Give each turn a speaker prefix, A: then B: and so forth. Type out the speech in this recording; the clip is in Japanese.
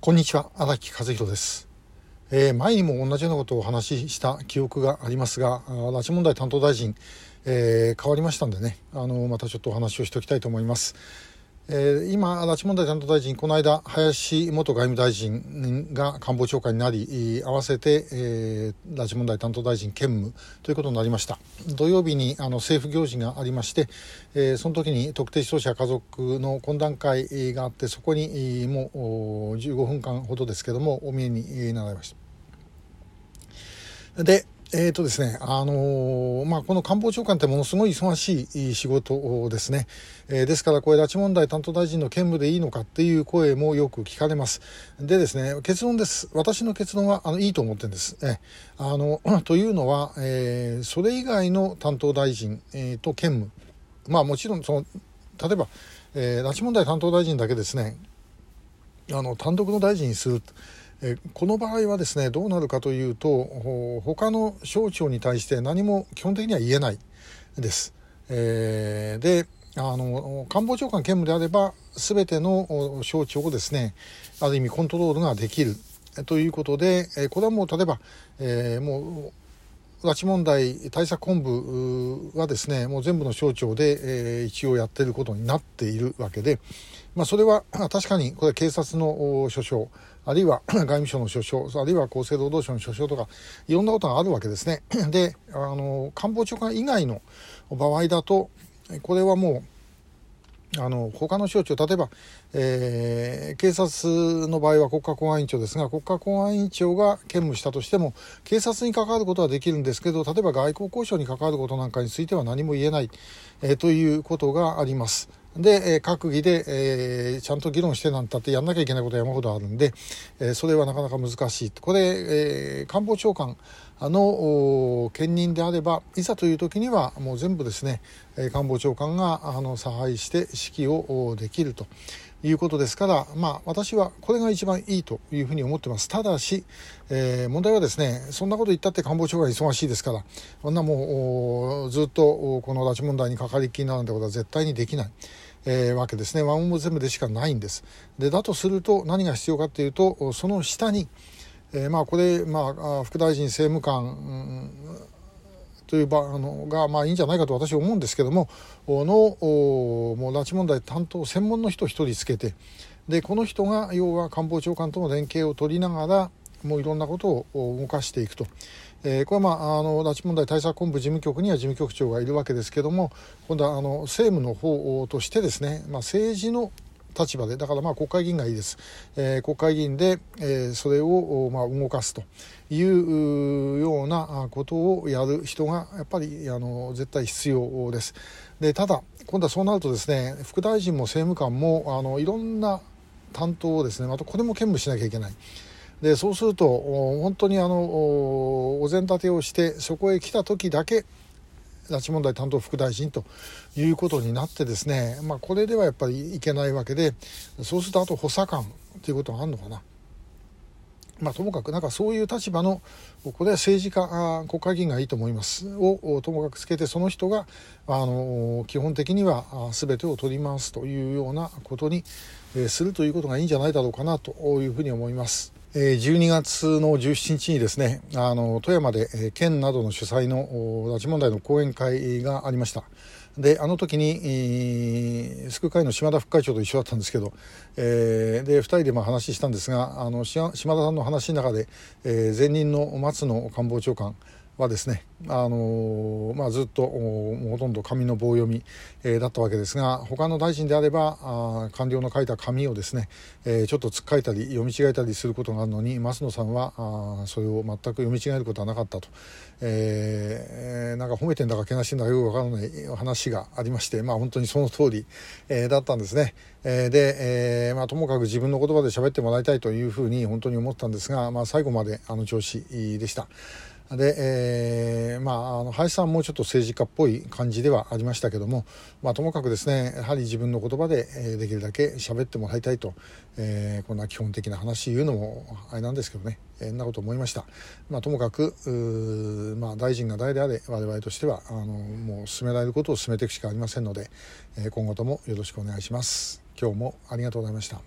A: こんにちは、荒木和弘です。前にも同じようなことをお話しした記憶がありますが、拉致問題担当大臣、変わりましたんでね、またちょっとお話をしておきたいと思います。今、拉致問題担当大臣、この間、林元外務大臣が官房長官になり、合わせて、拉致問題担当大臣兼務ということになりました。土曜日に政府行事がありまして、その時に特定失踪者家族の懇談会があって、そこにもう15分間ほどですけども、お見えになられました。で、ですね、この官房長官ってものすごい忙しい仕事ですね。ですからこれ拉致問題担当大臣の兼務でいいのかっていう声もよく聞かれます。でですね、結論です。私の結論はいいと思ってるんです。というのは、それ以外の担当大臣、と兼務、もちろん例えば、拉致問題担当大臣だけですね、単独の大臣にする。この場合はですね、どうなるかというと、他の省庁に対して何も基本的には言えないです。で、官房長官兼務であれば全ての省庁をですね、ある意味コントロールができるということで、これはもう例えば、もう拉致問題対策本部はですね、もう全部の省庁で、一応やっていることになっているわけで、それは確かにこれ警察の所掌、あるいは外務省の所掌、あるいは厚生労働省の所掌とかいろんなことがあるわけですね。で、官房長官以外の場合だと、これはもう他の省庁、例えば、警察の場合は国家公安委員長ですが、国家公安委員長が兼務したとしても警察に関わることはできるんですけど、例えば外交交渉に関わることなんかについては何も言えない、ということがあります。で、閣議で、ちゃんと議論してなんたってやんなきゃいけないことは山ほどあるんで、それはなかなか難しい。これ、官房長官の兼任であれば、いざという時にはもう全部ですね、官房長官が差配して指揮をできるということですから、私はこれが一番いいというふうに思ってます。ただし、問題はですね、そんなこと言ったって官房長官忙しいですから、こんなもうずっとこの拉致問題にかかりきりなんてことは絶対にできない。わけですね。ワンオン全部でしかないんです。で、だとすると何が必要かというと、その下に、これ、副大臣政務官、という場がいいんじゃないかと私は思うんですけども、もう拉致問題担当専門の人を一人つけて、でこの人が要は官房長官との連携を取りながらもういろんなことを動かしていくと。これは拉致問題対策本部事務局には事務局長がいるわけですけども、今度は政務の方としてですね、政治の立場で、だから国会議員がいいです。国会議員で、それを動かすというようなことをやる人がやっぱり絶対必要です。で、ただ今度はそうなるとですね、副大臣も政務官もいろんな担当をですね、またこれも兼務しなきゃいけない。で、そうすると本当にお膳立てをしてそこへ来た時だけ拉致問題担当副大臣ということになってですね、これではやっぱりいけないわけで、そうするとあと補佐官ということがあるのかな。ともかくそういう立場の、これは政治家、国会議員がいいと思いますをともかくつけて、その人が基本的には全てを取り回すというようなことにするということがいいんじゃないだろうかなというふうに思います。12月の17日にですね、富山で県などの主催の拉致問題の講演会がありました。で、時に救う会の島田副会長と一緒だったんですけど、で2人で話したんですが、島田さんの話の中で、前任の松野官房長官はですね、ずっとほとんど紙の棒読み、だったわけですが、他の大臣であれば官僚の書いた紙をですね、ちょっとつっかえたり読み違えたりすることがあるのに、松野さんはそれを全く読み違えることはなかったと、なんか褒めてんだかけなしてんだかよくわからない話がありまして、本当にその通り、だったんですね。で、ともかく自分の言葉で喋ってもらいたいというふうに本当に思ったんですが、最後まで調子でした。で、林さんもちょっと政治家っぽい感じではありましたけども、ともかくですね、やはり自分の言葉でできるだけ喋ってもらいたいと、こんな基本的な話言うのもあれなんですけどね、そんなこと思いました。ともかく大臣が誰であれ我々としてはもう進められることを進めていくしかありませんので、今後ともよろしくお願いします。今日もありがとうございました。